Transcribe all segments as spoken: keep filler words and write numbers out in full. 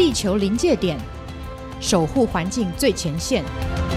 地球临界点，守护环境最前线。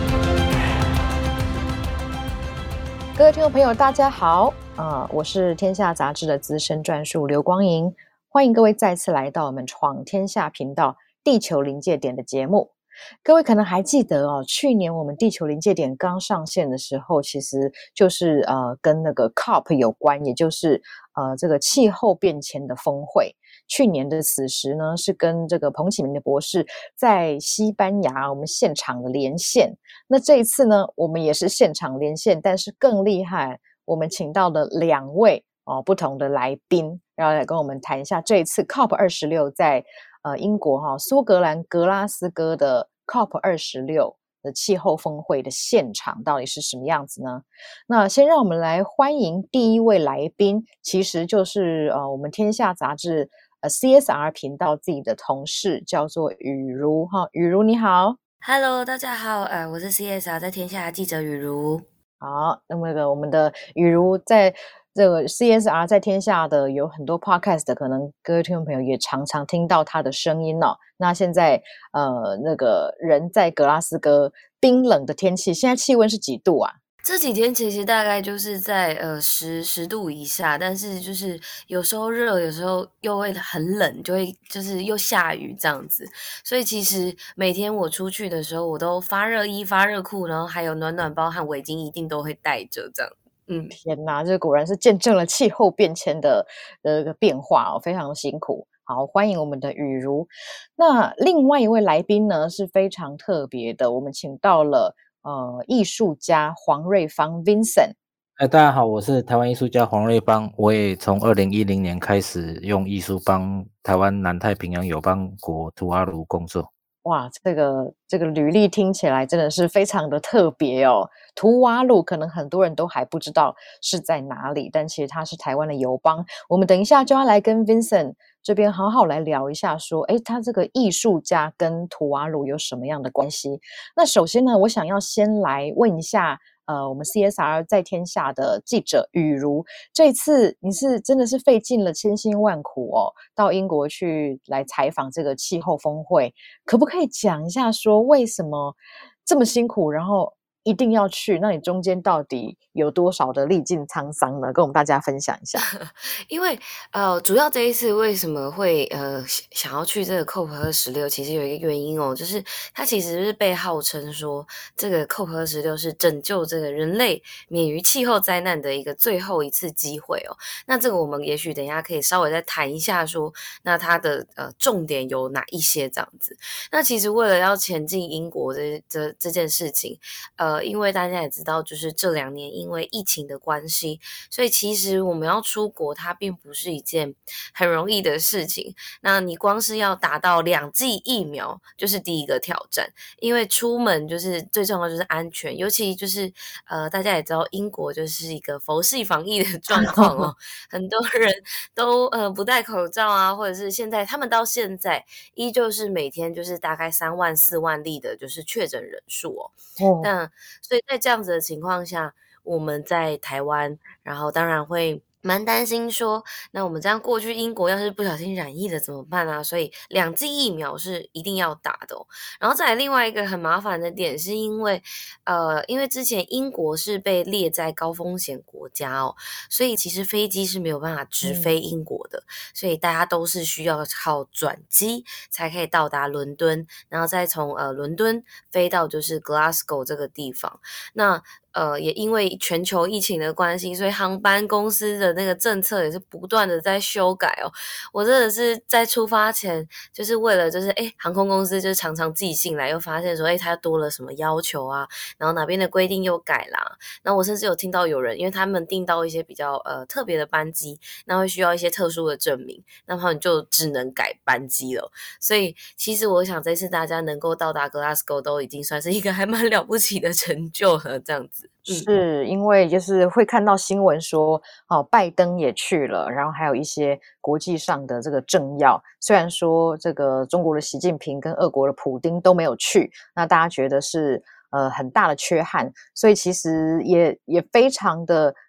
各位听众朋友大家好、呃、我是天下杂志的资深撰述刘光莹，欢迎各位再次来到我们闯天下频道地球临界点的节目。各位可能还记得哦，去年我们地球临界点刚上线的时候，其实就是呃跟那个 C O P 有关，也就是呃这个气候变迁的峰会。去年的此时呢，是跟这个彭启明的博士在西班牙我们现场的连线。那这一次呢，我们也是现场连线，但是更厉害，我们请到了两位哦不同的来宾，然后来跟我们谈一下这一次 C O P 二十六在呃，英国哈、哦、苏格兰格拉斯哥的 C O P 二十六的气候峰会的现场到底是什么样子呢？那先让我们来欢迎第一位来宾，其实就是呃我们天下杂志呃 C S R 频道自己的同事，叫做雨如哈。雨如你好。 Hello， 大家好，呃，我是 C S R 在天下记者雨如。 好，那么那个我们的雨如在这个 C S R 在天下的有很多 podcast 的，可能各位听众朋友也常常听到他的声音哦。那现在呃那个人在格拉斯哥冰冷的天气，现在气温是几度啊？ 这几天其实大概就是在呃十十度以下，但是就是有时候热，有时候又会很冷，就会就是又下雨这样子。所以其实每天我出去的时候，我都发热衣、发热裤，然后还有暖暖包和围巾一定都会带着这样。嗯， 天哪，这果然是见证了气候变迁的呃变化哦，非常辛苦。好，欢迎我们的雨如。那另外一位来宾呢是非常特别的，我们请到了呃艺术家黄瑞芳 Vincent。 哎，大家好，我是台湾艺术家黄瑞芳，我也从二零一零年开始用艺术帮台湾南太平洋友邦国图阿卢工作。 哇，这个这个履历听起来真的是非常的特别哦。图瓦卢可能很多人都还不知道是在哪里，但其实它是台湾的友邦。我们等一下就要来跟 Vincent 这边好好来聊一下，说，诶，他这个艺术家跟图瓦卢有什么样的关系？那首先呢，我想要先来问一下，呃，我们 C S R 在天下的记者雨如，这次你是真的是费尽了千辛万苦哦，到英国去来采访这个气候峰会，可不可以讲一下说为什么这么辛苦，然后一定要去？那你中间到底有多少的历尽沧桑呢？跟我们大家分享一下。 因为呃，主要这一次为什么会呃想要去这个 C O P 二十六，其实有一个原因哦，就是它其实是被号称说这个 C O P 二十六是拯救这个人类免于气候灾难的一个最后一次机会哦。那这个我们也许等一下可以稍微再谈一下说，那它的呃重点有哪一些这样子。那其实为了要前进英国这这这件事情，呃，因为大家也知道，就是这两年因为疫情的关系，所以其实我们要出国，它并不是一件很容易的事情。那你光是要达到两剂疫苗，就是第一个挑战。因为出门就是最重要就是安全，尤其就是呃，大家也知道英国就是一个佛系防疫的状况哦，很多人都呃不戴口罩啊，或者是现在他们到现在依旧是每天就是大概三万四万例的就是确诊人数哦。 哦， 那所以在这样子的情况下，我们在台湾，然后当然会蛮担心说，那我们这样过去英国要是不小心染疫了怎么办啊？所以两剂疫苗是一定要打的哦。然后再来另外一个很麻烦的点是因为，呃，因为之前英国是被列在高风险国家哦，所以其实飞机是没有办法直飞英国的，所以大家都是需要靠转机才可以到达伦敦，然后再从呃伦敦飞到就是 Glasgow 这个地方。那呃，也因为全球疫情的关系，所以航班公司的那个政策也是不断的在修改哦。我真的是在出发前，就是为了就是诶航空公司就常常寄信来，又发现说诶它多了什么要求啊，然后哪边的规定又改啦。然后我甚至有听到有人，因为他们订到一些比较呃特别的班机，那会需要一些特殊的证明，那他们就只能改班机了。所以其实我想这次大家能够到达 Glasgow 都已经算是一个还蛮了不起的成就了，这样子。 是因为就是会看到新闻说，哦，拜登也去了，然后还有一些国际上的这个政要，虽然说这个中国的习近平跟俄国的普丁都没有去，那大家觉得是呃很大的缺憾，所以其实也也非常的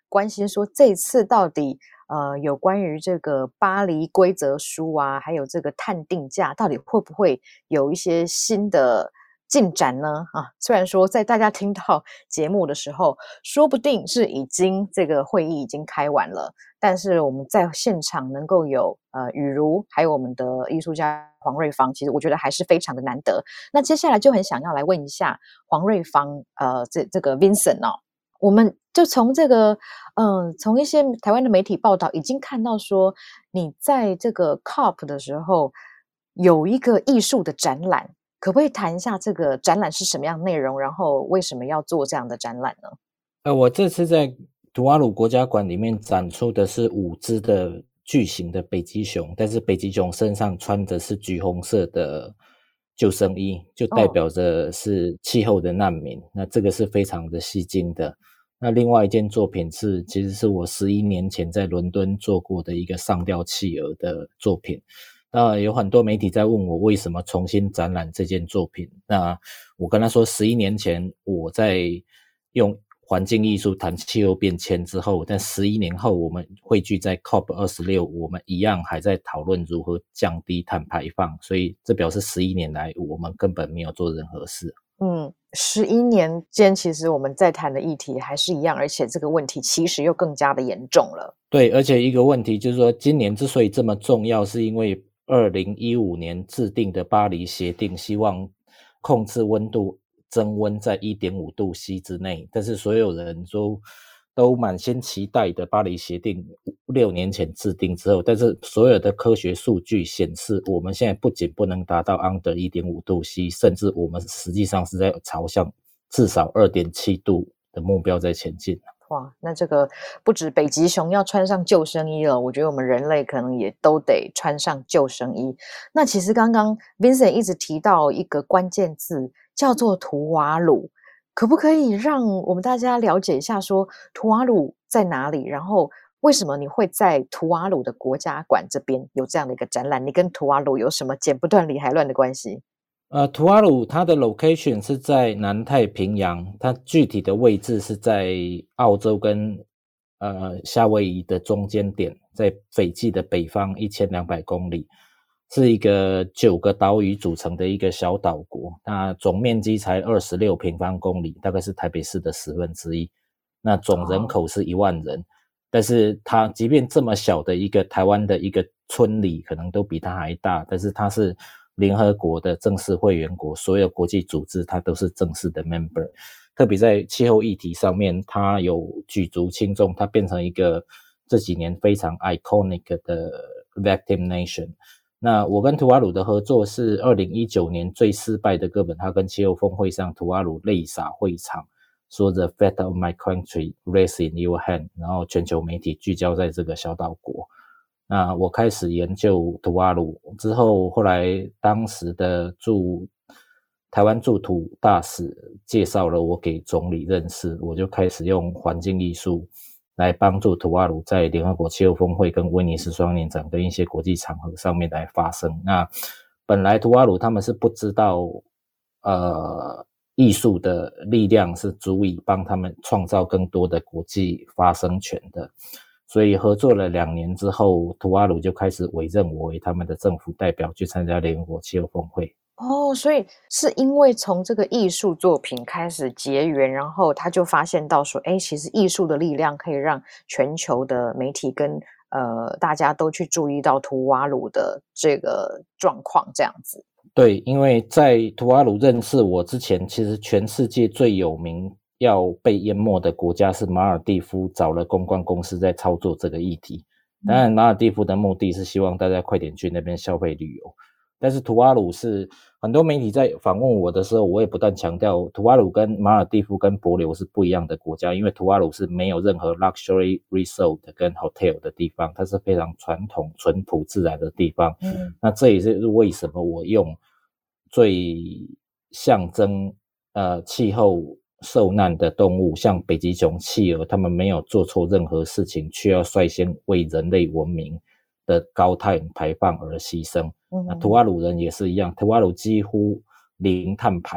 关心说这次到底呃有关于这个巴黎规则书啊，还有这个碳定价，到底会不会有一些新的进展呢？啊，虽然说在大家听到节目的时候，说不定是已经这个会议已经开完了，但是我们在现场能够有呃雨茹，还有我们的艺术家黄瑞芳，其实我觉得还是非常的难得。那接下来就很想要来问一下黄瑞芳，呃，这这个 Vincent 哦，我们就从这个，嗯、呃，从一些台湾的媒体报道已经看到说，你在这个 C O P 的时候有一个艺术的展览，可不可以谈一下这个展览是什么样的内容，然后为什么要做这样的展览呢？ 呃，我这次在图瓦鲁国家馆里面展出的是五只的巨型的北极熊，但是北极熊身上穿的是橘红色的救生衣，就代表着是气候的难民。哦、那这个是非常的吸睛的。那另外一件作品是，其实是我十一年前在伦敦做过的一个上吊企鹅的作品。那有很多媒体在问我为什么重新展览这件作品。那我跟他说，十一年前我在用环境艺术谈气候变迁之后，但十一年后我们汇聚在 C O P 二十六， 我们一样还在讨论如何降低碳排放，所以这表示十一年来我们根本没有做任何事。 嗯，十一年间其实我们在谈的议题还是一样，而且这个问题其实又更加的严重了。 对，而且一个问题就是说，今年之所以这么重要，是因为二零一五年制定的巴黎协定希望控制温度增温在 一点五度C 之内，但是所有人都都满心期待的巴黎协定六年前制定之后，但是所有的科学数据显示，我们现在不仅不能达到 under 一点五度C， 甚至我们实际上是在朝向至少 二点七度的目标在前进。 哇，那这个不止北极熊要穿上救生衣了，我觉得我们人类可能也都得穿上救生衣。那其实刚刚 Vincent 一直提到一个关键字，叫做图瓦鲁，可不可以让我们大家了解一下说图瓦鲁在哪里，然后为什么你会在图瓦鲁的国家馆这边有这样的一个展览？你跟图瓦鲁有什么剪不断理还乱的关系？ 呃，图瓦鲁它的 location 是在南太平洋，它具体的位置是在澳洲跟呃夏威夷的中间点，在斐济的北方一千两百公里，是一个九个岛屿组成的一个小岛国。那总面积才二十六平方公里，大概是台北市的十分之一。那总人口是一万人，哦、但是它即便这么小的一个台湾的一个村里，可能都比它还大，但是它是联合国的正式会员国，所有国际组织它都是正式的 member。 特别在气候议题上面，它有举足轻重，它变成一个这几年非常 iconic 的 victim nation。 那我跟图瓦鲁的合作是二零一九年最失败的哥本哈根气候峰会上，图瓦鲁泪洒会场，说 The fate of my country rests in your hand， 然后全球媒体聚焦在这个小岛国。那我开始研究图瓦鲁之后，后来当时的驻台湾驻土大使介绍了我给总理认识，我就开始用环境艺术来帮助图瓦鲁在联合国气候峰会跟威尼斯双年展跟一些国际场合上面来发声。那本来图瓦鲁他们是不知道呃艺术的力量是足以帮他们创造更多的国际发声权的，所以合作了两年之后，图瓦鲁就开始委任我为他们的政府代表去参加联合国气候峰会。 哦，所以是因为从这个艺术作品开始结缘，然后他就发现到说，哎，其实艺术的力量可以让全球的媒体跟呃大家都去注意到图瓦鲁的这个状况，这样子。 对，因为在图瓦鲁认识我之前，其实全世界最有名要被淹没的国家是马尔地夫，找了公关公司在操作这个议题。当然马尔地夫的目的是希望大家快点去那边消费旅游，但是图瓦鲁是很多媒体在访问我的时候，我也不断强调图瓦鲁跟马尔地夫跟帛琉是不一样的国家，因为图瓦鲁是没有任何 luxury resort 跟 hotel 的地方，它是非常传统淳朴自然的地方。嗯，那这也是为什么我用最象征呃气候受难的动物，像北极熊、企鹅，他们没有做错任何事情，却要率先为人类文明的高碳排放而牺牲。嗯、那图瓦鲁人也是一样，图瓦鲁几乎零碳排，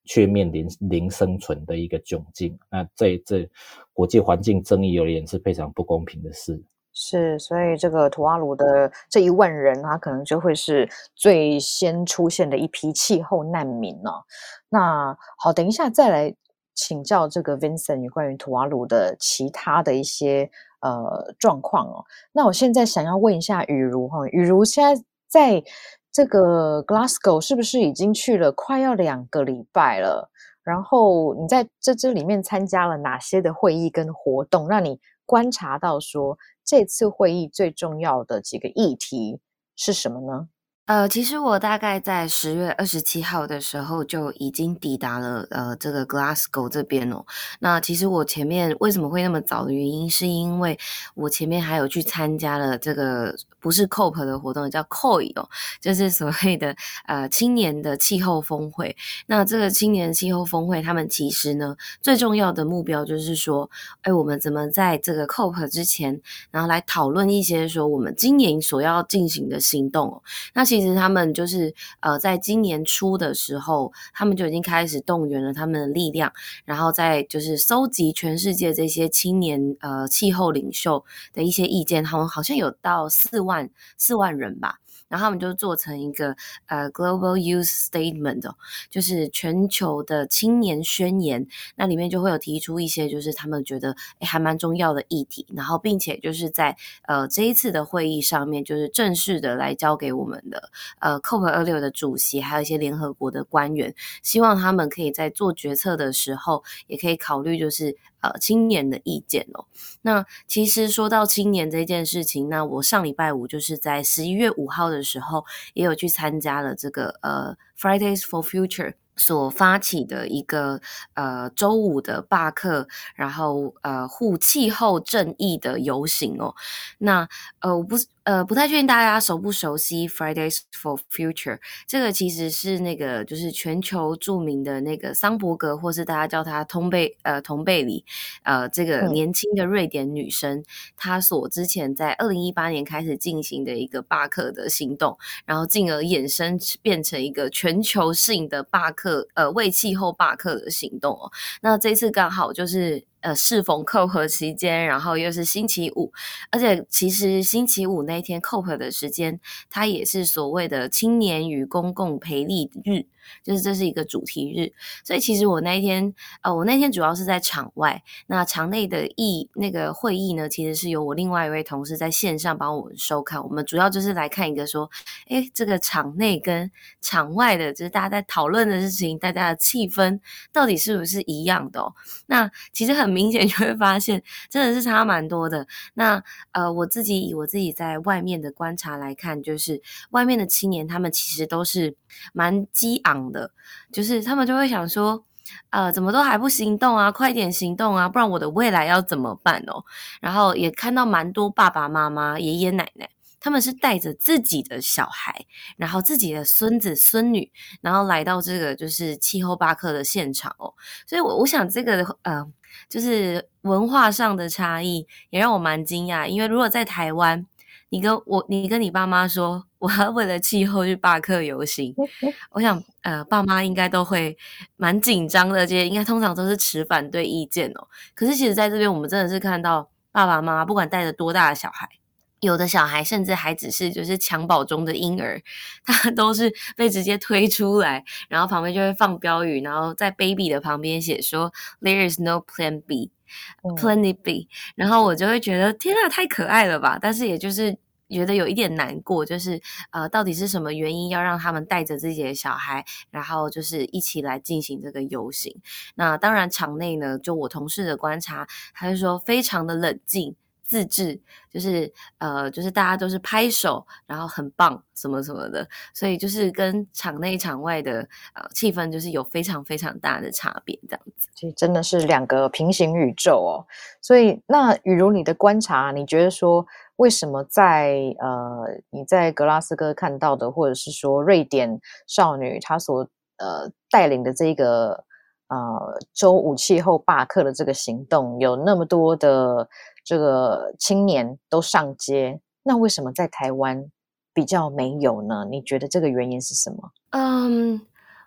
却面临零生存的一个窘境。那在这国际环境争议而言是非常不公平的事。 是，所以这个图瓦卢的这一万人，他可能就会是最先出现的一批气候难民哦。那好，等一下再来请教这个 Vincent 有关于图瓦卢的其他的一些呃状况哦。那我现在想要问一下雨茹哈，雨茹现在在这个 Glasgow 是不是已经去了快要两个礼拜了？然后你在这这里面参加了哪些的会议跟活动，让你观察到说这次会议最重要的几个议题是什么呢？ 呃，其实我大概在十月二十七号的时候就已经抵达了呃这个 Glasgow 这边哦。那其实我前面为什么会那么早的原因，是因为我前面还有去参加了这个不是 C O P 的活动，叫 C O I 哦，就是所谓的呃青年的气候峰会。那这个青年气候峰会，他们其实呢最重要的目标就是说，哎，我们怎么在这个 C O P 之前，然后来讨论一些说我们今年所要进行的行动哦。那其实他们就是呃，在今年初的时候，他们就已经开始动员了他们的力量，然后再就是搜集全世界这些青年呃气候领袖的一些意见，他们好像有到四万四万人吧。然后他们就做成一个呃 Global Youth Statement 哦，就是全球的青年宣言。那里面就会有提出一些就是他们觉得诶还蛮重要的议题，然后并且就是在呃这一次的会议上面，就是正式的来交给我们的呃 C O P 二十六 的主席，还有一些联合国的官员，希望他们可以在做决策的时候，也可以考虑就是呃青年的意见哦。那其实说到青年这件事情，那我上礼拜五就是在十一月五号的时候，也有去参加了这个呃 Fridays for Future 所发起的一个呃周五的罢课，然后呃护气候正义的游行哦。那呃我不呃不太确定大家熟不熟悉 Fridays for Future， 这个其实是那个就是全球著名的那个桑伯格，或是大家叫她通贝呃童贝里呃这个年轻的瑞典女生，她所之前在二零一八年开始进行的一个罢课的行动，然后进而衍生变成一个全球性的罢课呃为气候罢课的行动哦。那这次刚好就是呃适逢 C O P 期间，然后又是星期五，而且其实星期五那一天 C O P 的时间，它也是所谓的青年与公共培力日，就是这是一个主题日。所以其实我那一天呃我那天主要是在场外，那场内的议那个会议呢，其实是由我另外一位同事在线上帮我们收看。我们主要就是来看一个说，诶这个场内跟场外的就是大家在讨论的事情，大家的气氛到底是不是一样的哦。那其实很明显就会发现真的是差蛮多的。那呃我自己以我自己在外面的观察来看，就是外面的青年他们其实都是蛮激昂的，就是他们就会想说呃，怎么都还不行动啊，快点行动啊，不然我的未来要怎么办哦。然后也看到蛮多爸爸妈妈爷爷奶奶，他们是带着自己的小孩，然后自己的孙子孙女，然后来到这个就是气候罢课的现场哦。所以我我想这个呃就是文化上的差异也让我蛮惊讶，因为如果在台湾，你跟我你跟你爸妈说我要为了气候去罢课游行，我想呃爸妈应该都会蛮紧张的，这些应该通常都是持反对意见哦。可是其实在这边我们真的是看到爸爸妈妈不管带着多大的小孩，有的小孩甚至还只是就是襁褓中的婴儿，他都是被直接推出来，然后旁边就会放标语，然后在 baby 的旁边写说 There is no plan B。Planet B， 然后我就会觉得天啊，太可爱了吧！但是也就是觉得有一点难过，就是呃，到底是什么原因要让他们带着自己的小孩，然后就是一起来进行这个游行？那当然，场内呢，就我同事的观察，他就说非常的冷静。自制，就是呃，就是大家都是拍手，然后很棒什么什么的，所以就是跟场内场外的呃气氛就是有非常非常大的差别，这样子。 其实真的是两个平行宇宙哦。所以那雨茹你的观察，你觉得说为什么在呃你在格拉斯哥看到的，或者是说瑞典少女她所呃带领的这个呃周五气候罢课的这个行动，有那么多的这个青年都上街，那为什么在台湾比较没有呢？你觉得这个原因是什么？ 嗯，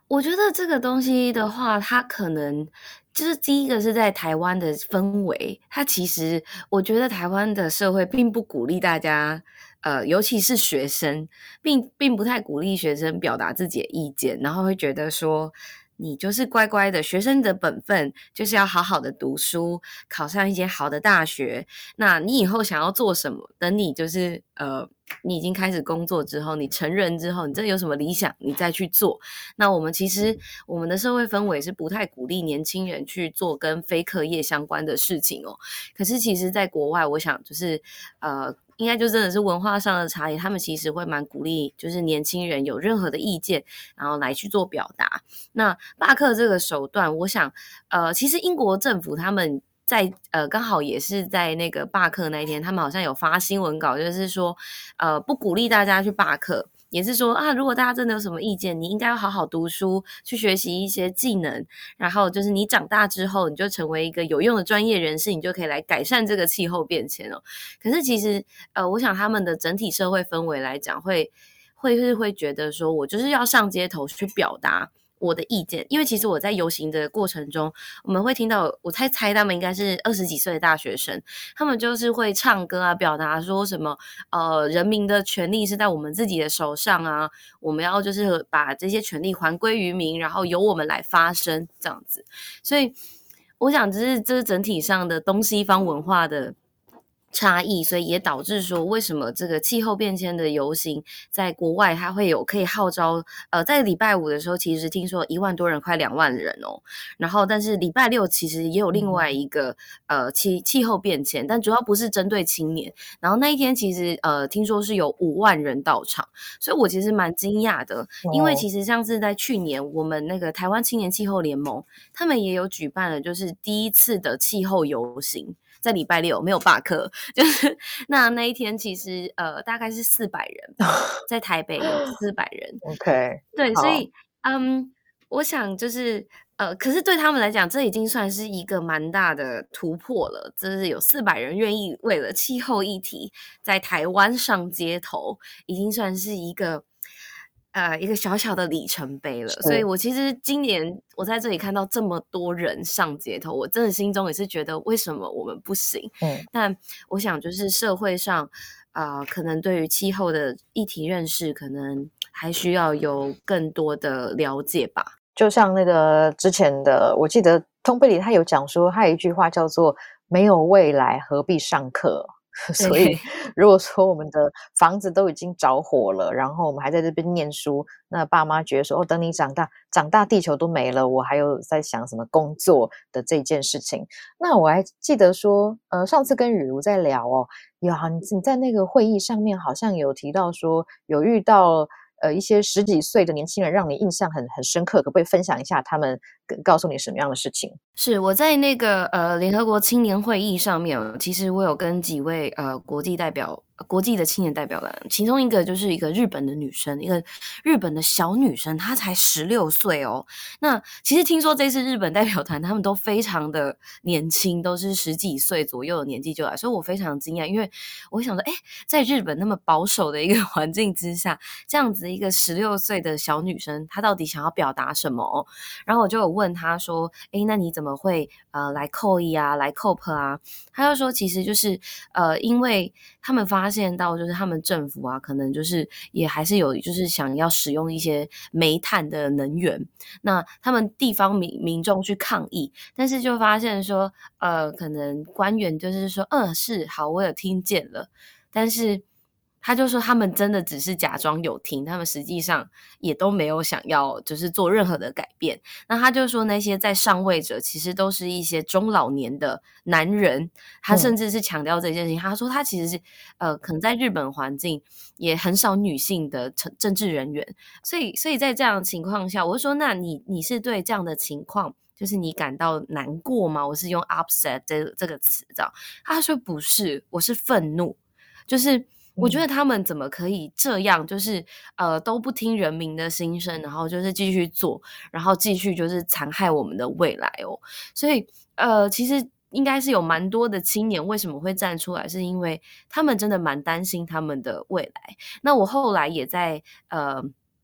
我觉得这个东西的话，它可能就是第一个是在台湾的氛围，它其实我觉得台湾的社会并不鼓励大家，呃，尤其是学生，并并不太鼓励学生表达自己的意见，然后会觉得说，你就是乖乖的，学生的本分就是要好好的读书，考上一间好的大学。那你以后想要做什么？等你就是呃，你已经开始工作之后，你成人之后，你真的有什么理想，你再去做。那我们其实我们的社会氛围是不太鼓励年轻人去做跟非课业相关的事情哦。可是其实在国外，我想就是呃。应该就真的是文化上的差异，他们其实会蛮鼓励，就是年轻人有任何的意见，然后来去做表达。那罢课这个手段，我想，呃，其实英国政府他们在呃刚好也是在那个罢课那一天，他们好像有发新闻稿，就是说，呃，不鼓励大家去罢课。也是说啊，如果大家真的有什么意见，你应该要好好读书，去学习一些技能，然后就是你长大之后，你就成为一个有用的专业人士，你就可以来改善这个气候变迁哦。可是其实，呃，我想他们的整体社会氛围来讲，会会是会觉得说，我就是要上街头去表达我的意见，因为其实我在游行的过程中，我们会听到，我猜猜他们应该是二十几岁的大学生，他们就是会唱歌啊，表达说什么呃，人民的权利是在我们自己的手上啊，我们要就是把这些权利还归于民，然后由我们来发声这样子。所以我想，这是这是整体上的东西方文化的差异，所以也导致说为什么这个气候变迁的游行在国外它会有可以号召呃，在礼拜五的时候其实听说一万多人快两万人哦，然后但是礼拜六其实也有另外一个呃气气候变迁，但主要不是针对青年，然后那一天其实呃听说是有五万人到场，所以我其实蛮惊讶的，因为其实像是在去年我们那个台湾青年气候联盟他们也有举办了就是第一次的气候游行，在礼拜六没有罢课，就是那那一天其实呃大概是四百人吧，在台北有四百人。 OK， 对， 好， 所以嗯，我想就是呃，可是对他们来讲，这已经算是一个蛮大的突破了，就是有四百人愿意为了气候议题在台湾上街头，已经算是一个呃，一个小小的里程碑了。所以是， 我其实今年我在这里看到这么多人上街头，我真的心中也是觉得为什么我们不行？ 嗯。 但我想就是社会上啊、呃可能对于气候的议题认识，可能还需要有更多的了解吧。 就像那个之前的，我记得通贝里他有讲说，他有一句话叫做“没有未来，何必上课”。所以， 对， 如果说我们的房子都已经着火了，然后我们还在这边念书，那爸妈觉得说：“哦，等你长大，长大地球都没了，我还有在想什么工作的这件事情。”那我还记得说，呃，上次跟雨茹在聊哦，有啊，你你在那个会议上面好像有提到说，有遇到呃一些十几岁的年轻人，让你印象很很深刻，可不可以分享一下他们跟告诉你什么样的事情？ 是我在那个呃联合国青年会议上面哦，其实我有跟几位呃国际代表、国际的青年代表来，其中一个就是一个日本的女生，一个日本的小女生，她才十六岁哦。那其实听说这次日本代表团他们都非常的年轻，都是十几岁左右的年纪就来，所以我非常惊讶，因为我想说，哎，在日本那么保守的一个环境之下，这样子一个十六岁的小女生，她到底想要表达什么哦？然后我就有问她说，哎，那你怎么会呃来 C O E 啊，来 C O P 啊？她就说，其实就是呃，因为他们发现到，就是他们政府啊，可能就是也还是有就是想要使用一些煤炭的能源，那他们地方民民众去抗议，但是就发现说，呃，可能官员就是说，嗯，是好，我有听见了，但是他就说他们真的只是假装有听，他们实际上也都没有想要就是做任何的改变。那他就说那些在上位者其实都是一些中老年的男人，他甚至是强调这件事情。他说他其实是呃，可能在日本环境也很少女性的政政治人员，所以所以在这样的情况下，我就说那你你是对这样的情况。就是你感到难过吗？我是用 upset 这这个词，这样。他说不是，我是愤怒。就是我觉得他们怎么可以这样，就是呃都不听人民的心声，然后就是继续做，然后继续就是残害我们的未来哦。所以呃，其实应该是有蛮多的青年为什么会站出来，是因为他们真的蛮担心他们的未来。那我后来也在呃。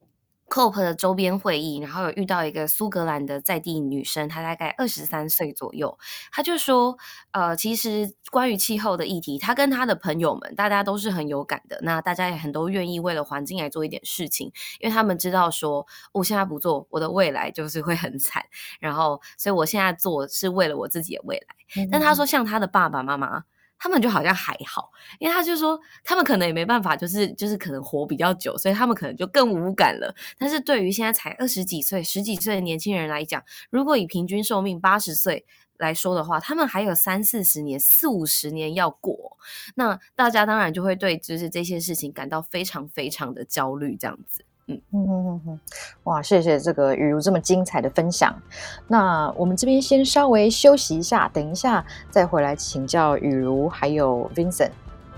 C O P 的周边会议，然后有遇到一个苏格兰的在地女生，她大概二十三岁左右，她就说，呃，其实关于气候的议题，她跟她的朋友们，大家都是很有感的，那大家也很都愿意为了环境来做一点事情，因为他们知道说，我现在不做，我的未来就是会很惨，然后，所以我现在做是为了我自己的未来。但她说，像她的爸爸妈妈，他们就好像还好，因为他就说他们可能也没办法，就是就是可能活比较久，所以他们可能就更无感了。但是对于现在才二十几岁、十几岁的年轻人来讲，如果以平均寿命八十岁来说的话，他们还有三四十年、四五十年要过。那大家当然就会对就是这些事情感到非常非常的焦虑，这样子。嗯嗯哼哼哼，哇，谢谢这个雨茹这么精彩的分享。那我们这边先稍微休息一下，等一下再回来请教雨茹还有 Vincent。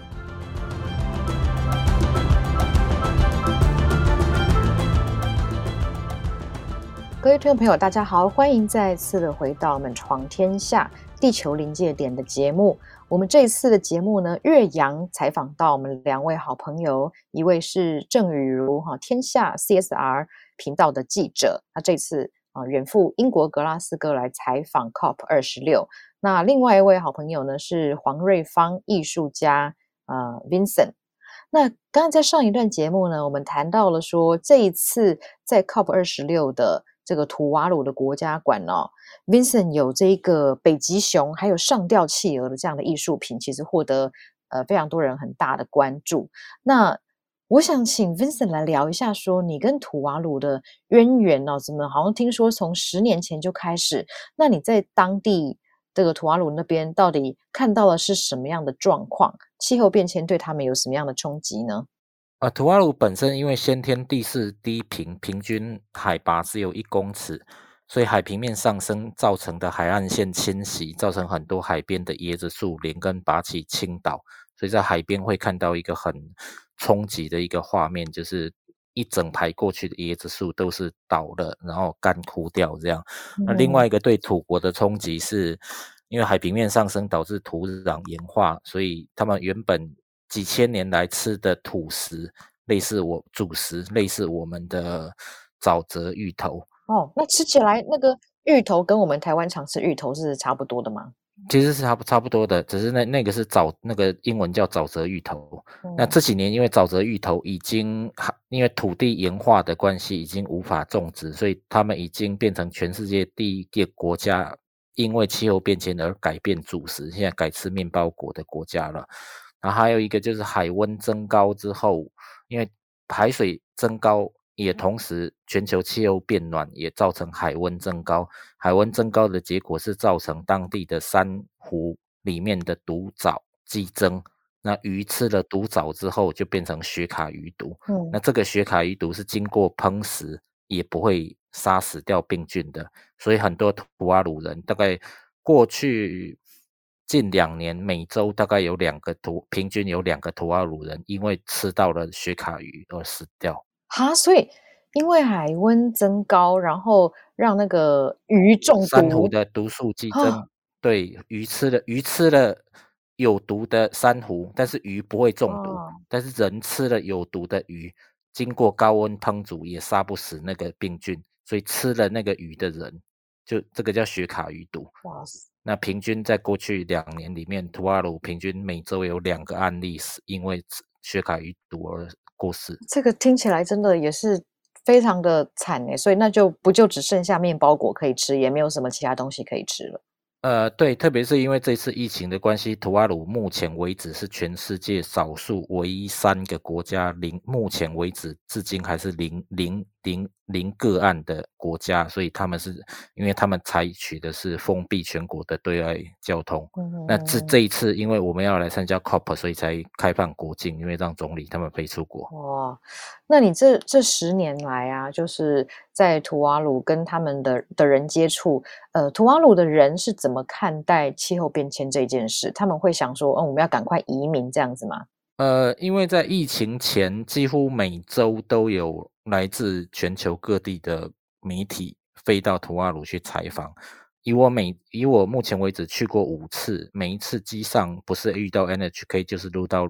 各位听众朋友，大家好，欢迎再次的回到我们闯天下地球临界点的节目。我们这一次的节目呢，岳阳采访到我们两位好朋友，一位是郑雨茹哈，天下 C S R 频道的记者，他这次啊远赴英国格拉斯哥来采访 C O P 二十六。那另外一位好朋友呢是黄瑞芳艺术家呃 Vincent。那刚刚在上一段节目呢，我们谈到了说这一次在 C O P 二十六的这个图瓦鲁的国家馆哦 ，Vincent 有这个北极熊还有上吊企鹅的这样的艺术品，其实获得呃非常多人很大的关注。那我想请 Vincent 来聊一下说你跟图瓦鲁的渊源哦，怎么好像听说从十年前就开始？那你在当地这个图瓦鲁那边到底看到的是什么样的状况？气候变迁对他们有什么样的冲击呢？ 呃，图瓦鲁本身因为先天地势低平，平均海拔只有一公尺，所以海平面上升造成的海岸线侵袭，造成很多海边的椰子树连根拔起倾倒，所以在海边会看到一个很冲击的一个画面，就是一整排过去的椰子树都是倒了，然后干枯掉这样。那另外一个对土国的冲击是，因为海平面上升导致土壤盐化，所以他们原本几千年来吃的土食，类似我主食，类似我们的沼泽芋头。 哦，那吃起来那个芋头跟我们台湾常吃芋头是差不多的吗？ 其实是差不差不多的，只是那那个是沼那个英文叫沼泽芋头。嗯、那这几年因为沼泽芋头已经因为土地盐化的关系，已经无法种植，所以他们已经变成全世界第一个国家因为气候变迁而改变主食，现在改吃面包果的国家了。然后还有一个就是海温增高之后，因为海水增高，也同时全球气候变暖，也造成海温增高。海温增高的结果是造成当地的珊瑚里面的毒藻激增。那鱼吃了毒藻之后，就变成雪卡鱼毒。嗯，那这个雪卡鱼毒是经过烹食也不会杀死掉病菌的，所以很多图瓦鲁人大概过去近两年，每周大概有两个图，平均有两个图瓦鲁人因为吃到了雪卡鱼而死掉。 哈，所以因为海温增高，然后让那个鱼中毒， 珊瑚的毒素激增。哦、对，鱼吃了鱼吃了有毒的珊瑚，但是鱼不会中毒。哦、但是人吃了有毒的鱼，经过高温烹煮也杀不死那个病菌，所以吃了那个鱼的人，就这个叫雪卡鱼毒。哇塞！那平均在过去两年里面，图瓦鲁平均每周有两个案例是因为雪卡鱼毒而过世。 这个听起来真的也是非常的惨耶，所以那就不就只剩下面包果可以吃，也没有什么其他东西可以吃了。 呃，对，特别是因为这次疫情的关系，图瓦鲁目前为止是全世界少数唯一三个国家零，目前为止至今还是零零零零个案的国家，所以他们是因为他们采取的是封闭全国的对外交通。嗯、那这这一次，因为我们要来参加 C O P， 所以才开放国境，因为让总理他们飞出国。 哇，那你这这十年来啊，就是在图瓦鲁跟他们的的人接触，呃，图瓦鲁的人是怎么看待气候变迁这件事？他们会想说，嗯，我们要赶快移民这样子吗？ 呃，因为在疫情前，几乎每周都有来自全球各地的媒体飞到图瓦鲁去采访。以我每以我目前为止去过五次，每一次机上不是遇到 N H K 就是录到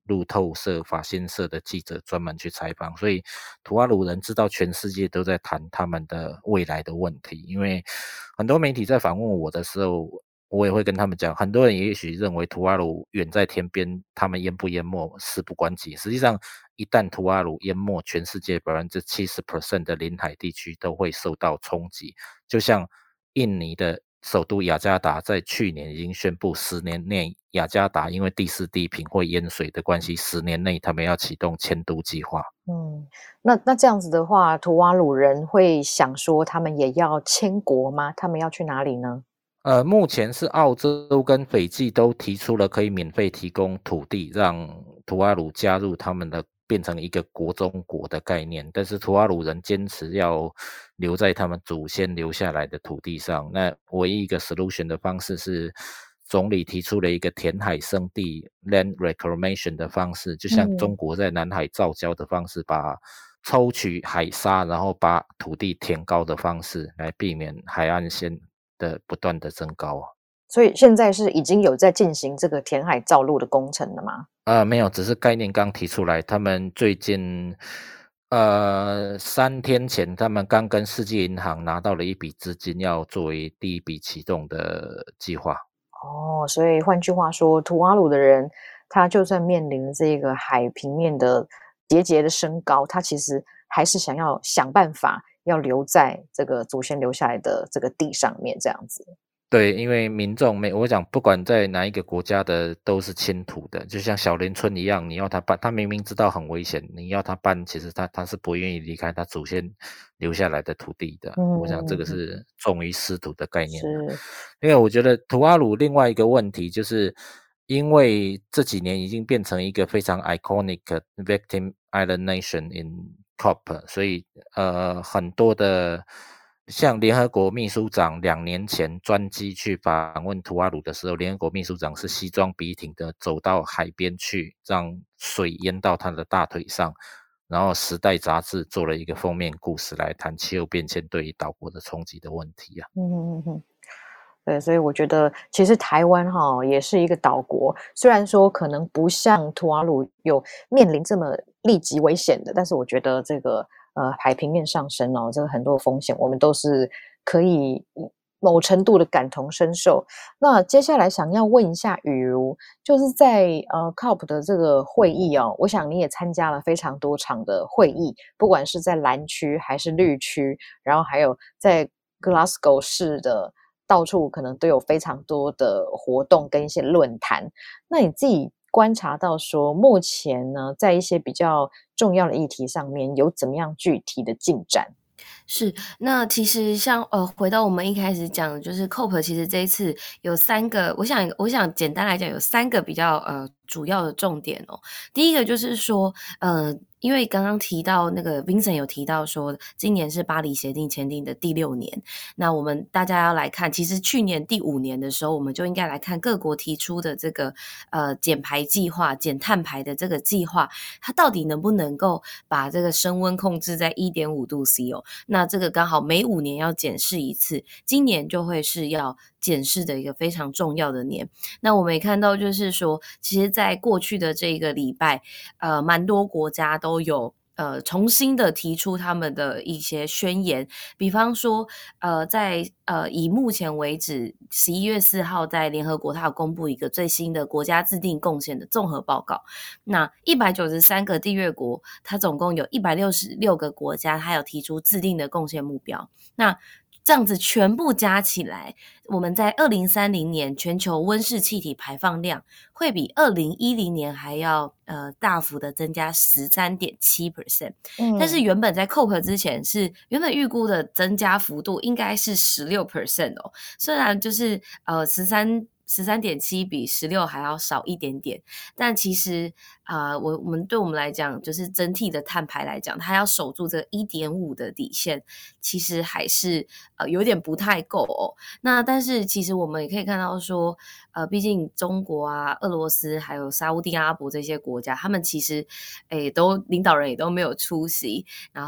路透社、法新社的记者专门去采访，所以图瓦卢人知道全世界都在谈他们的未来的问题。因为很多媒体在访问我的时候，我也会跟他们讲，很多人也许认为图瓦卢远在天边，他们淹不淹没事不关己。实际上，一旦图瓦卢淹没，全世界 百分之七十 的临海地区都会受到冲击。就像印尼的首都雅加达在去年已经宣布，十年内雅加达因为地势地平会淹水的关系，十年内他们要启动迁都计划。 嗯，那那这样子的话，图瓦卢人会想说他们也要迁国吗？他们要去哪里呢？ 呃，目前是澳洲跟斐济都提出了可以免费提供土地，让图瓦卢加入他们的变成一个国中国的概念，但是图瓦卢人坚持要留在他们祖先留下来的土地上。那唯一一个 solution 的方式是，总理提出了一个填海生地 land reclamation 的方式，就像中国在南海造礁的方式，把抽取海沙，然后把土地填高的方式，来避免海岸线的不断的增高。 所以现在是已经有在进行这个填海造陆的工程了吗？ 呃，没有，只是概念刚提出来。他们最近，呃，三天前，他们刚跟世界银行拿到了一笔资金，要作为第一笔启动的计划。 哦，所以换句话说，图瓦卢的人，他就算面临这个海平面的节节的升高，他其实还是想要想办法要留在这个祖先留下来的这个地上面，这样子。 对，因为民众没，我讲不管在哪一个国家的都是亲土的，就像小林村一样，你要他搬，他明明知道很危险，你要他搬，其实他他是不愿意离开他祖先留下来的土地的。 嗯， 我想这个是重于师土的概念。 是， 因为我觉得图瓦卢另外一个问题就是，因为这几年已经变成一个非常 iconic victim island nation in C O P， 所以呃很多的。像联合国秘书长两年前专机去访问图瓦卢的时候，联合国秘书长是西装笔挺的走到海边去，让水淹到他的大腿上，然后《时代》杂志做了一个封面故事来谈气候变迁对于岛国的冲击的问题啊。 嗯嗯嗯，对，所以我觉得其实台湾哈也是一个岛国，虽然说可能不像图瓦卢有面临这么立即危险的，但是我觉得这个。呃，海平面上升哦，这个很多风险，我们都是可以某程度的感同身受。那接下来想要问一下雨茹，就是在呃 C O P 的这个会议哦，我想你也参加了非常多场的会议，不管是在蓝区还是绿区，然后还有在 Glasgow 市的到处可能都有非常多的活动跟一些论坛。那你自己观察到说，目前呢，在一些比较重要的议题上面，有怎么样具体的进展？ 是，那其实像呃，回到我们一开始讲的，就是 C O P 其实这一次有三个，我想我想简单来讲，有三个比较呃主要的重点哦。第一个就是说，呃。因为刚刚提到那个 Vincent 有提到说，今年是巴黎协定签订的第六年，那我们大家要来看，其实去年第五年的时候，我们就应该来看各国提出的这个呃减排计划、减碳排的这个计划，它到底能不能够把这个升温控制在 一点五度 C 哦？那这个刚好每五年要检视一次，今年就会是要检视的一个非常重要的年。那我们也看到，就是说，其实在过去的这个礼拜，呃，蛮多国家都有呃重新的提出他们的一些宣言，比方说，呃，在呃以目前为止，十一月四号在联合国，它有公布一个最新的国家自定贡献的综合报告。那一百九十三个缔约国，它总共有一百六十六个国家，它有提出自定的贡献目标。那这样子全部加起来，我们在二零三零年全球温室气体排放量会比二零一零年还要呃大幅的增加 百分之十三点七。嗯，但是原本在 C O P 之前是原本预估的增加幅度应该是 百分之十六 哦，虽然就是呃十三十三点七比十六还要少一点点，但其实啊、呃，我我们对我们来讲，就是整体的碳排来讲，它要守住这 一点五 的底线，其实还是呃有点不太够哦。那但是其实我们也可以看到说，呃，毕竟中国啊、俄罗斯还有沙烏地阿拉伯这些国家，他们其实诶都领导人也都没有出席，然后。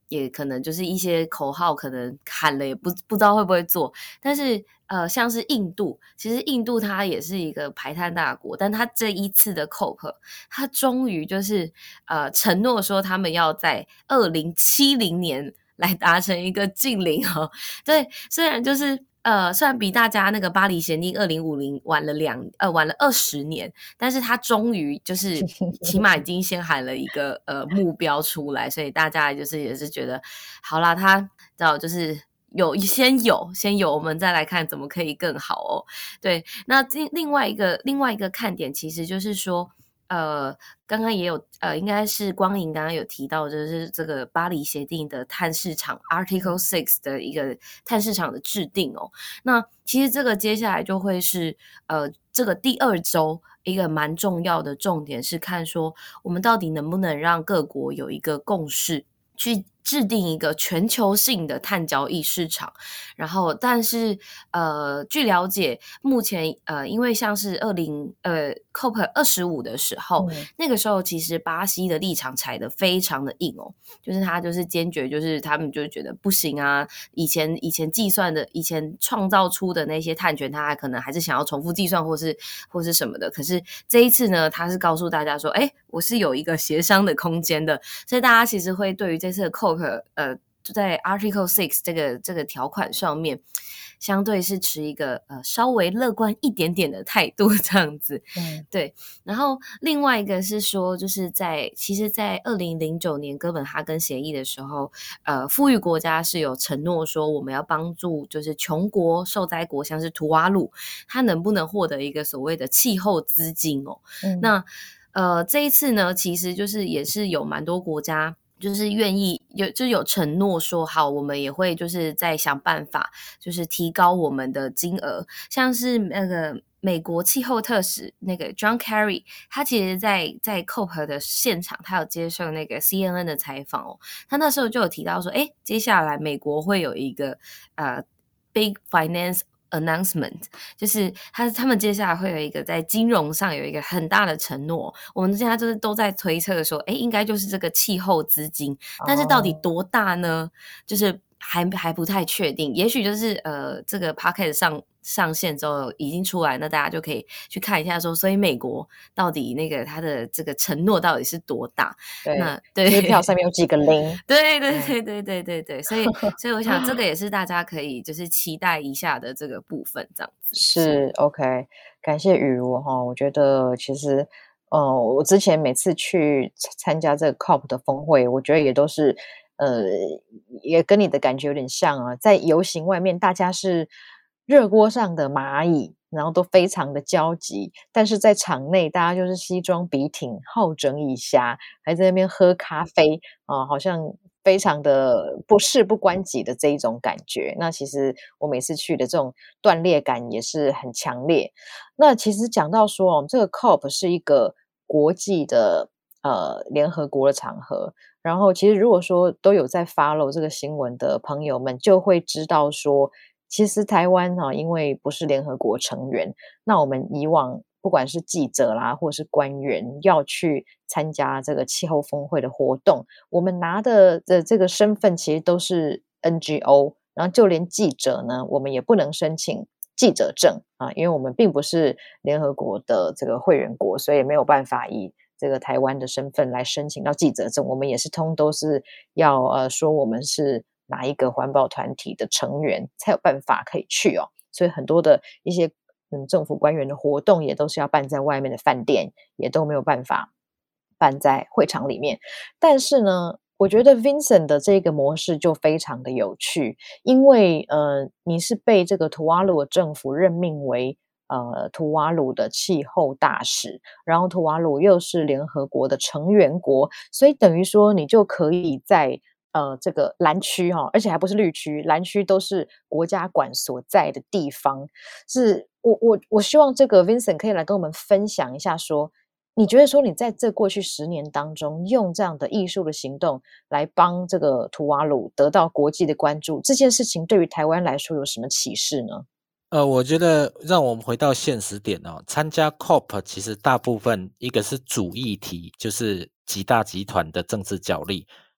也可能就是一些口号可能喊了也不不知道会不会做，但是呃，像是印度，其实印度它也是一个排碳大国，但它这一次的 C O P， 它终于就是呃承诺说他们要在二零七零年来达成一个净零哦。对，虽然就是呃，虽然比大家那个巴黎协定二零五零晚了两呃晚了二十年，但是他终于就是起码已经先喊了一个呃目标出来，所以大家就是也是觉得好啦，他知道就是有先有先有，我们再来看怎么可以更好哦。对，那另外一个另外一个看点其实就是说。呃，刚刚也有呃，应该是光莹刚刚有提到，就是这个巴黎协定的碳市场 Article Six 的一个碳市场的制定哦。那其实这个接下来就会是呃，这个第二周一个蛮重要的重点是看说，我们到底能不能让各国有一个共识，去制定一个全球性的碳交易市场。然后但是呃据了解目前呃因为像是二零呃 C O P 二十五的时候、嗯、那个时候其实巴西的立场踩得非常的硬哦，就是他就是坚决就是他们就觉得不行啊，以前以前计算的以前创造出的那些碳权他还可能还是想要重复计算或是或是什么的，可是这一次呢他是告诉大家说诶我是有一个协商的空间的，所以大家其实会对于这次的 C O P呃，在 Article Six 这个这个条款上面，相对是持一个呃稍微乐观一点点的态度这样子。嗯，对。然后另外一个是说，就是在其实，在二零零九年哥本哈根协议的时候，呃，富裕国家是有承诺说，我们要帮助就是穷国、受灾国，像是图瓦鲁，它能不能获得一个所谓的气候资金哦？嗯、那呃，这一次呢，其实就是也是有蛮多国家。就是愿意有就有承诺说好，我们也会就是在想办法，就是提高我们的金额。像是那个美国气候特使那个 John Kerry， 他其实在在 C O P 的现场，他有接受那个 C N N 的采访哦，他那时候就有提到说，诶，接下来美国会有一个呃 Big Finance announcement， 就是他他们接下来会有一个在金融上有一个很大的承诺，我们现在就是都在推测说，诶，应该就是这个气候资金，但是到底多大呢？就是还还不太确定，也许就是呃这个 podcast 上上线之后已经出来，那大家就可以去看一下说，所以美国到底那个它的这个承诺到底是多大？ 对， 那对支票上面有几个零？ 对对对对对对对，所以所以我想这个也是大家可以就是期待一下的这个部分，这样子是 OK， 感谢雨茹哈，我觉得其实。呃，我之前每次去参加这个 C O P 的峰会，我觉得也都是，呃，也跟你的感觉有点像啊。在游行外面，大家是热锅上的蚂蚁，然后都非常的焦急；但是在场内，大家就是西装笔挺，好整以暇，还在那边喝咖啡啊、呃，好像非常的不事不关己的这一种感觉。那其实我每次去的这种断裂感也是很强烈。那其实讲到说哦，这个 C O P 是一个国际的呃联合国的场合，然后其实如果说都有在 follow 这个新闻的朋友们，就会知道说，其实台湾啊，因为不是联合国成员，那我们以往不管是记者啦，或是官员要去参加这个气候峰会的活动，我们拿的的这个身份其实都是 N G O， 然后就连记者呢，我们也不能申请记者证啊，因为我们并不是联合国的这个会员国，所以没有办法以这个台湾的身份来申请到记者证。我们也是通都是要呃说我们是哪一个环保团体的成员，才有办法可以去哦。所以很多的一些嗯政府官员的活动也都是要办在外面的饭店，也都没有办法办在会场里面。但是呢，我觉得 Vincent 的这个模式就非常的有趣，因为呃，你是被这个图瓦鲁的政府任命为呃图瓦鲁的气候大使，然后图瓦鲁又是联合国的成员国，所以等于说你就可以在呃这个蓝区哈、哦，而且还不是绿区，蓝区都是国家馆所在的地方。是我我我希望这个 Vincent 可以来跟我们分享一下说。你觉得说你在这过去十年当中，用这样的艺术的行动来帮这个图瓦鲁得到国际的关注，这件事情对于台湾来说有什么启示呢？ 呃，我觉得让我们回到现实点哦，参加 C O P 其实大部分一个是主议题，就是几大集团的政治角力，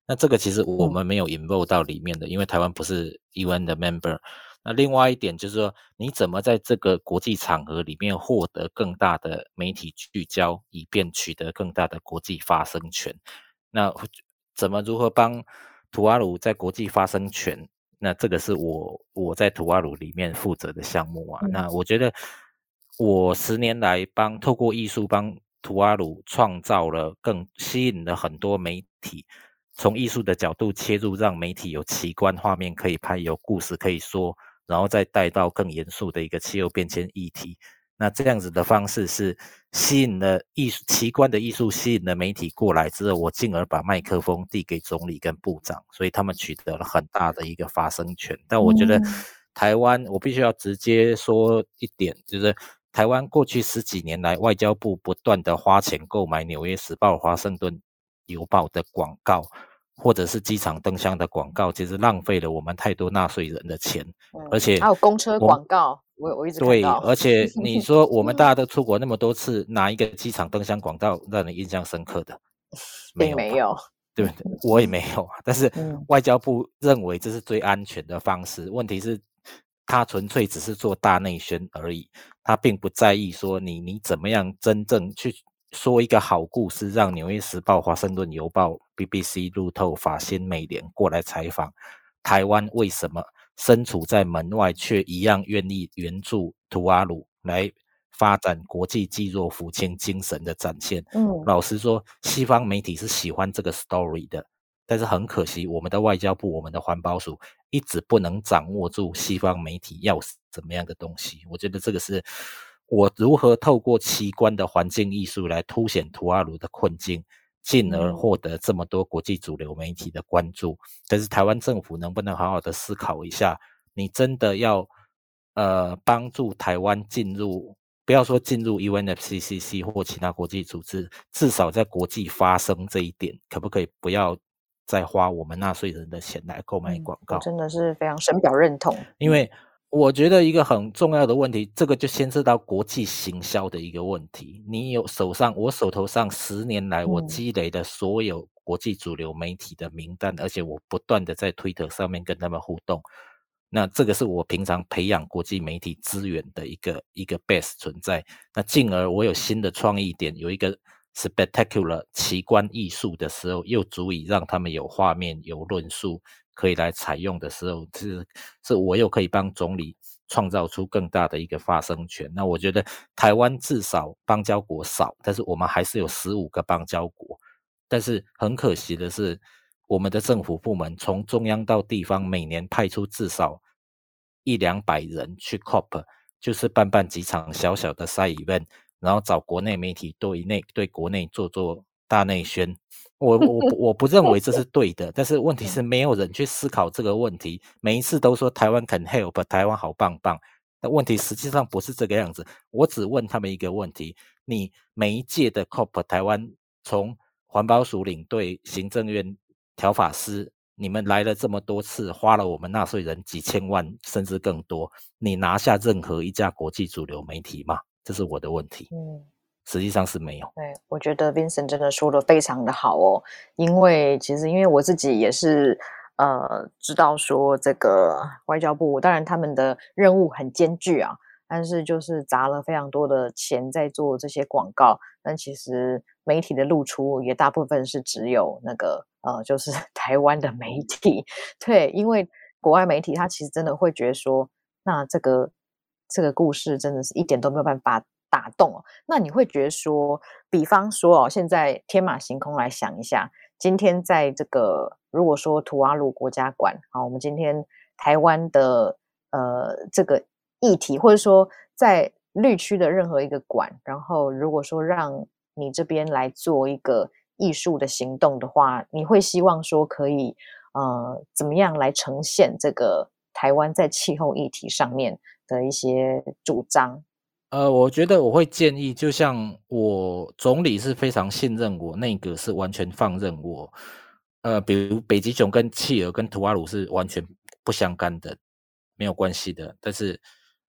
那这个其实我们没有 involve 到里面的，因为台湾不是 U N 的 member。那另外一点就是说，你怎么在这个国际场合里面获得更大的媒体聚焦，以便取得更大的国际发声权？那怎么如何帮图瓦鲁在国际发声权？那这个是我我在图瓦鲁里面负责的项目啊。嗯、那我觉得我十年来帮透过艺术帮图瓦鲁创造了更吸引了很多媒体。从艺术的角度切入，让媒体有奇观画面可以拍，有故事可以说，然后再带到更严肃的一个气候变迁议题。那这样子的方式是吸引了艺术奇观的艺术，吸引了媒体过来之后，我进而把麦克风递给总理跟部长，所以他们取得了很大的一个发声权。但我觉得台湾，我必须要直接说一点，就是台湾过去十几年来，外交部不断的花钱购买《纽约时报》、《华盛顿邮报》的广告，或者是机场灯箱的广告，其实浪费了我们太多纳税人的钱，嗯、而且还有公车广告，我我一直看到。 对，而且你说我们大家都出国那么多次，哪一个机场灯箱广告让你印象深刻的？ 没有，没有， 对不对？我也没有，但是外交部认为这是最安全的方式。问题是，他纯粹只是做大内宣而已，他并不在意说你你怎么样真正去说一个好故事，让《纽约时报》、《华盛顿邮报》、B B C、路透、法新、美联过来采访台湾，为什么身处在门外却一样愿意援助图瓦鲁来发展国际济弱扶倾精神的展现。嗯，老实说，西方媒体是喜欢这个 story 的，但是很可惜，我们的外交部、我们的环保署一直不能掌握住西方媒体要怎么样的东西。我觉得这个是我如何透过奇观的环境艺术来凸显图瓦鲁的困境，进而获得这么多国际主流媒体的关注。但是台湾政府能不能好好的思考一下，你真的要呃帮助台湾进入，不要说进入 U N F C C C 或其他国际组织，至少在国际发声这一点，可不可以不要再花我们纳税人的钱来购买广告？ 嗯、我真的是非常深表认同， 因为我觉得一个很重要的问题，这个就牵涉到国际行销的一个问题。你有手上，我手头上十年来我积累的所有国际主流媒体的名单，嗯、而且我不断的在 Twitter 上面跟他们互动。那这个是我平常培养国际媒体资源的一个一个 base 存在。那进而我有新的创意点，有一个 spectacular 奇观艺术的时候，又足以让他们有画面、有论述可以来采用的时候，是是我又可以帮总理创造出更大的一个发声权。那我觉得台湾至少邦交国少，但是我们还是有十五个邦交国。但是很可惜的是，我们的政府部门从中央到地方，每年派出至少一两百人去 C O P， 就是办办几场小小的 side event， 然后找国内媒体对内对国内做做大内宣。我我我不认为这是对的，但是问题是没有人去思考这个问题。每一次都说台湾 can help， 台湾好棒棒，但问题实际上不是这个样子。我只问他们一个问题：你每一届的 C O P， 台湾从环保署领队、行政院条法师，你们来了这么多次，花了我们纳税人几千万甚至更多，你拿下任何一家国际主流媒体吗？这是我的问题。嗯，实际上是没有。 对，我觉得 Vincent 真的说得非常的好哦，因为其实因为我自己也是呃知道说这个外交部，当然他们的任务很艰巨啊，但是就是砸了非常多的钱在做这些广告，但其实媒体的露出也大部分是只有那个呃，就是台湾的媒体。对，因为国外媒体他其实真的会觉得说，那这个这个故事真的是一点都没有办法打动哦。那你会觉得说，比方说哦，现在天马行空来想一下，今天在这个如果说图瓦鲁国家馆，好，我们今天台湾的呃这个议题，或者说在绿区的任何一个馆，然后如果说让你这边来做一个艺术的行动的话，你会希望说可以呃怎么样来呈现这个台湾在气候议题上面的一些主张？ 呃，我觉得我会建议，就像我总理是非常信任我，内阁是完全放任我。呃，比如北极熊跟企鹅跟图瓦鲁是完全不相干的，没有关系的。但是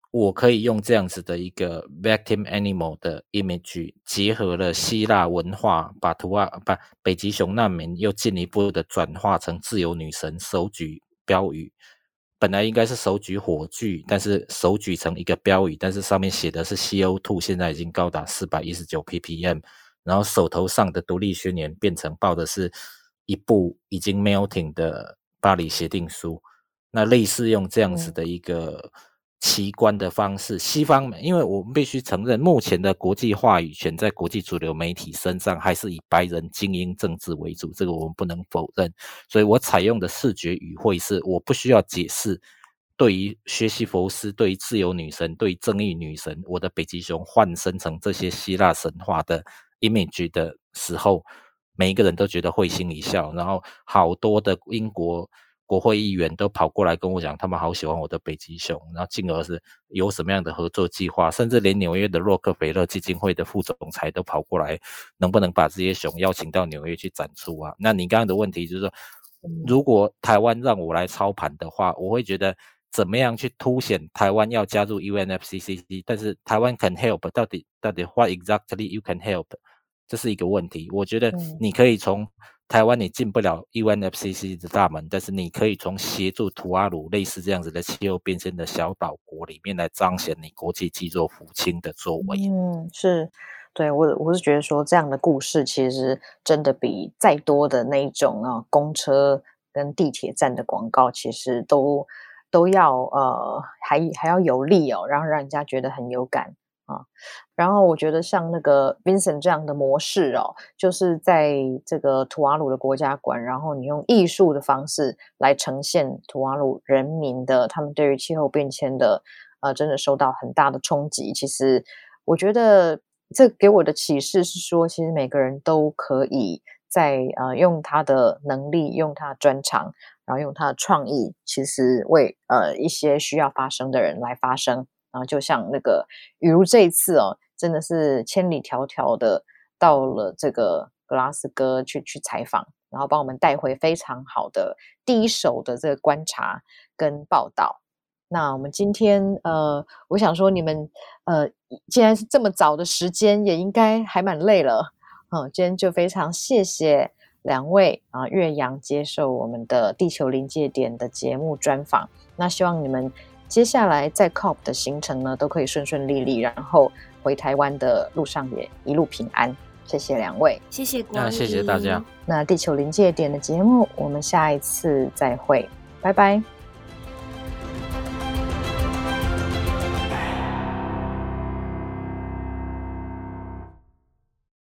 我可以用这样子的一个 victim animal 的 image， 结合了希腊文化，把图瓦把北极熊难民又进一步的转化成自由女神手举标语。本来应该是手举火炬，但是手举成一个标语，但是上面写的是 C O 二， 现在已经高达四百一十九 p p m， 然后手头上的独立宣言变成报的是一部已经 melting 的巴黎协定书。那类似用这样子的一个奇观的方式，西方因为我们必须承认，目前的国际话语权在国际主流媒体身上还是以白人精英政治为主，这个我们不能否认。所以我采用的视觉语汇是，我不需要解释对于薛西弗斯、对于自由女神、对于正义女神，我的北极熊换身成这些希腊神话的 image 的时候，每一个人都觉得会心一笑，然后好多的英国国会议员都跑过来跟我讲，他们好喜欢我的北极熊，然后进而是有什么样的合作计划，甚至连纽约的洛克菲勒基金会的副总裁都跑过来，能不能把这些熊邀请到纽约去展出啊？那你刚刚的问题就是说，如果台湾让我来操盘的话，我会觉得怎么样去凸显台湾要加入 U N F C C C， 但是台湾 can help， 到底到底 what exactly you can help， 这是一个问题。我觉得你可以从台湾你进不了 U N F C C C 的大门，但是你可以从协助图瓦鲁类似这样子的气候变迁的小岛国里面来彰显你国际肌肉扶倾的作为。 嗯，是，对，我我是觉得说这样的故事其实真的比再多的那一种啊公车跟地铁站的广告其实都都要呃还还要有力哦，然后让人家觉得很有感。啊，然后我觉得像那个 Vincent 这样的模式哦，就是在这个图瓦鲁的国家馆，然后你用艺术的方式来呈现图瓦鲁人民的他们对于气候变迁的呃，真的受到很大的冲击。其实我觉得这给我的启示是说，其实每个人都可以在呃用他的能力，用他的专长，然后用他的创意，其实为呃一些需要发声的人来发声。然后就像那个雨如这一次哦，真的是千里迢迢的到了这个格拉斯哥去去采访，然后帮我们带回非常好的第一手的这个观察跟报道。那我们今天呃，我想说你们呃，既然是这么早的时间，也应该还蛮累了。嗯，今天就非常谢谢两位啊，岳阳接受我们的地球临界点的节目专访。那希望你们接下来在 C O P 的行程呢，都可以顺顺利利，然后回台湾的路上也一路平安。谢谢两位， 谢谢光临， 谢谢大家。 那地球临界点的节目，我们下一次再会，拜拜。